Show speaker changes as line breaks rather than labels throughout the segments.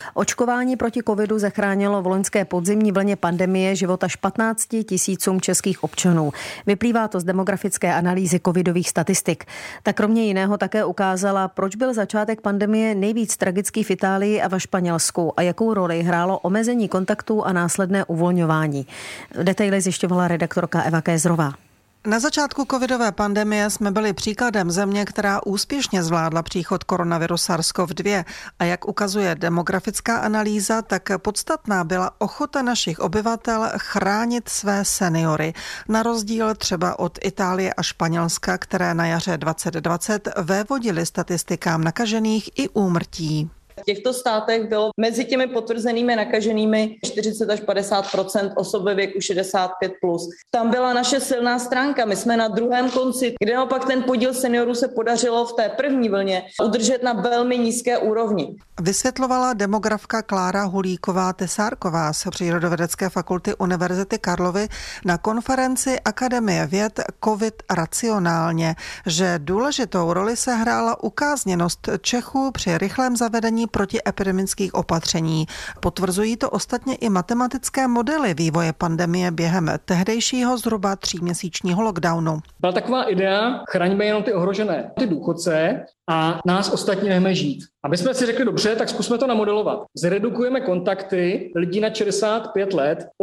Očkování proti covidu zachránilo v loňské podzimní vlně pandemie život až 15 tisícům českých občanů. Vyplývá to z demografické analýzy covidových statistik. Ta kromě jiného také ukázala, proč byl začátek pandemie nejvíc tragický v Itálii a ve Španělsku a jakou roli hrálo omezení kontaktů a následné uvolňování. Detaily zjišťovala redaktorka Eva Kézrová.
Na začátku covidové pandemie jsme byli příkladem země, která úspěšně zvládla příchod koronaviru SARS-CoV-2 a jak ukazuje demografická analýza, tak podstatná byla ochota našich obyvatel chránit své seniory. Na rozdíl třeba od Itálie a Španělska, které na jaře 2020 vévodily statistikám nakažených i úmrtí.
V těchto státech bylo mezi těmi potvrzenými nakaženými 40 až 50% osob ve věku 65+. Tam byla naše silná stránka. My jsme na druhém konci, kde naopak ten podíl seniorů se podařilo v té první vlně udržet na velmi nízké úrovni.
Vysvětlovala demografka Klára Hulíková-Tesárková z Přírodovědecké fakulty Univerzity Karlovy na konferenci Akademie věd COVID racionálně, že důležitou roli se hrála ukázněnost Čechů při rychlém zavedení protiepidemických opatření. Potvrzují to ostatně i matematické modely vývoje pandemie během tehdejšího zhruba 3měsíčního lockdownu.
Byla taková idea, chraňme jenom ty ohrožené, ty důchodce a nás ostatní nechme žít. Aby jsme si řekli dobře, tak zkusme to namodelovat. Zredukujeme kontakty lidí na 65 let o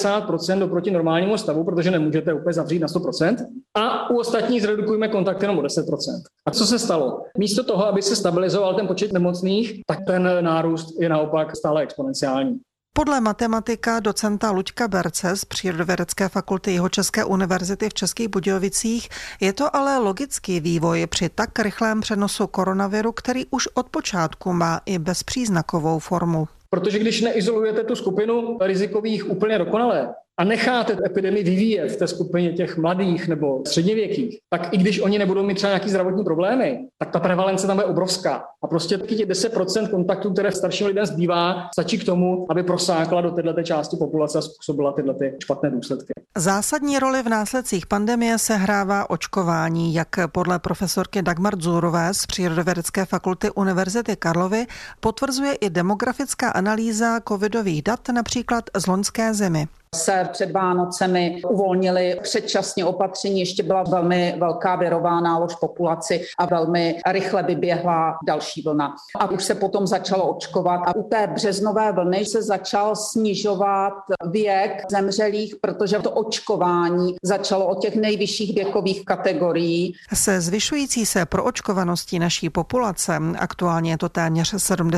90% oproti normálnímu stavu, protože nemůžete úplně zavřít na 100%. A u ostatních zredukujeme kontakty jenom o 10%. A co se stalo? Místo toho, aby se stabilizoval ten počet nemocných, tak ten nárůst je naopak stále exponenciální.
Podle matematika docenta Luďka Berce z Přírodovědecké fakulty Jihočeské univerzity v Českých Budějovicích je to ale logický vývoj při tak rychlém přenosu koronaviru, který už od počátku má i bezpříznakovou formu.
Protože když neizolujete tu skupinu rizikových úplně dokonale a necháte epidemii vyvíjet v té skupině těch mladých nebo středněvěkých, tak i když oni nebudou mít třeba nějaký zdravotní problémy, tak ta prevalence tam je obrovská. A prostě taky těch 10% kontaktů, které starším lidem zbývá, stačí k tomu, aby prosákla do této části populace a způsobila tyhle špatné důsledky.
Zásadní roli v následcích pandemie sehrává očkování, jak podle profesorky Dagmar Dzurové z Přírodovědecké fakulty Univerzity Karlovy potvrzuje i demografická analýza covidových dat například z loňské zimy.
Se před Vánocemi uvolnili předčasně opatření, ještě byla velmi velká virová nálož populaci a velmi rychle vyběhla další vlna. A už se potom začalo očkovat a u té březnové vlny se začal snižovat věk zemřelých, protože to očkování začalo od těch nejvyšších věkových kategorií.
Se zvyšující se proočkovaností naší populace, aktuálně je to téměř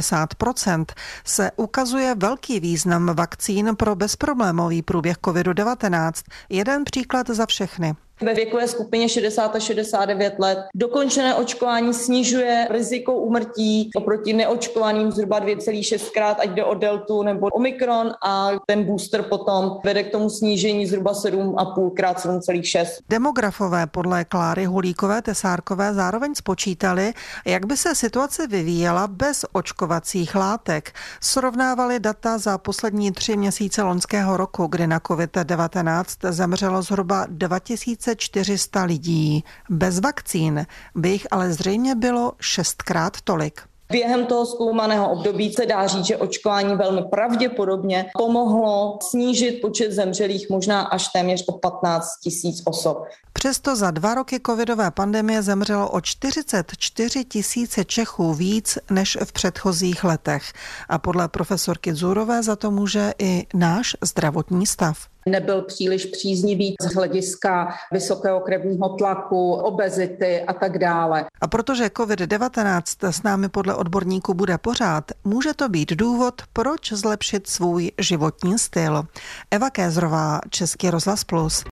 70%, se ukazuje velký význam vakcín pro bezproblémový průběh COVID-19. Jeden příklad za všechny.
Ve věkové skupině 60 až 69 let dokončené očkování snižuje riziko úmrtí oproti neočkovaným zhruba 2,6krát, ať jde o deltu nebo omikron, a ten booster potom vede k tomu snížení zhruba 7,5krát 7,6.
Demografové podle Kláry Hulíkové-Tesárkové zároveň spočítali, jak by se situace vyvíjela bez očkovacích látek. Srovnávali data za poslední 3 měsíce loňského roku, kdy na COVID-19 zemřelo zhruba 2400 lidí. Bez vakcín by jich ale zřejmě bylo 6krát tolik.
Během toho zkoumaného období se dá říct, že očkování velmi pravděpodobně pomohlo snížit počet zemřelých možná až téměř o 15 000 osob.
Přesto za 2 roky covidové pandemie zemřelo o 44 000 Čechů víc než v předchozích letech. A podle profesorky Dzurové za to může i náš zdravotní stav.
Nebyl příliš příznivý z hlediska vysokého krevního tlaku, obezity a tak dále.
A protože COVID-19 s námi podle odborníků bude pořád, může to být důvod, proč zlepšit svůj životní styl. Eva Kézrová, Český rozhlas Plus.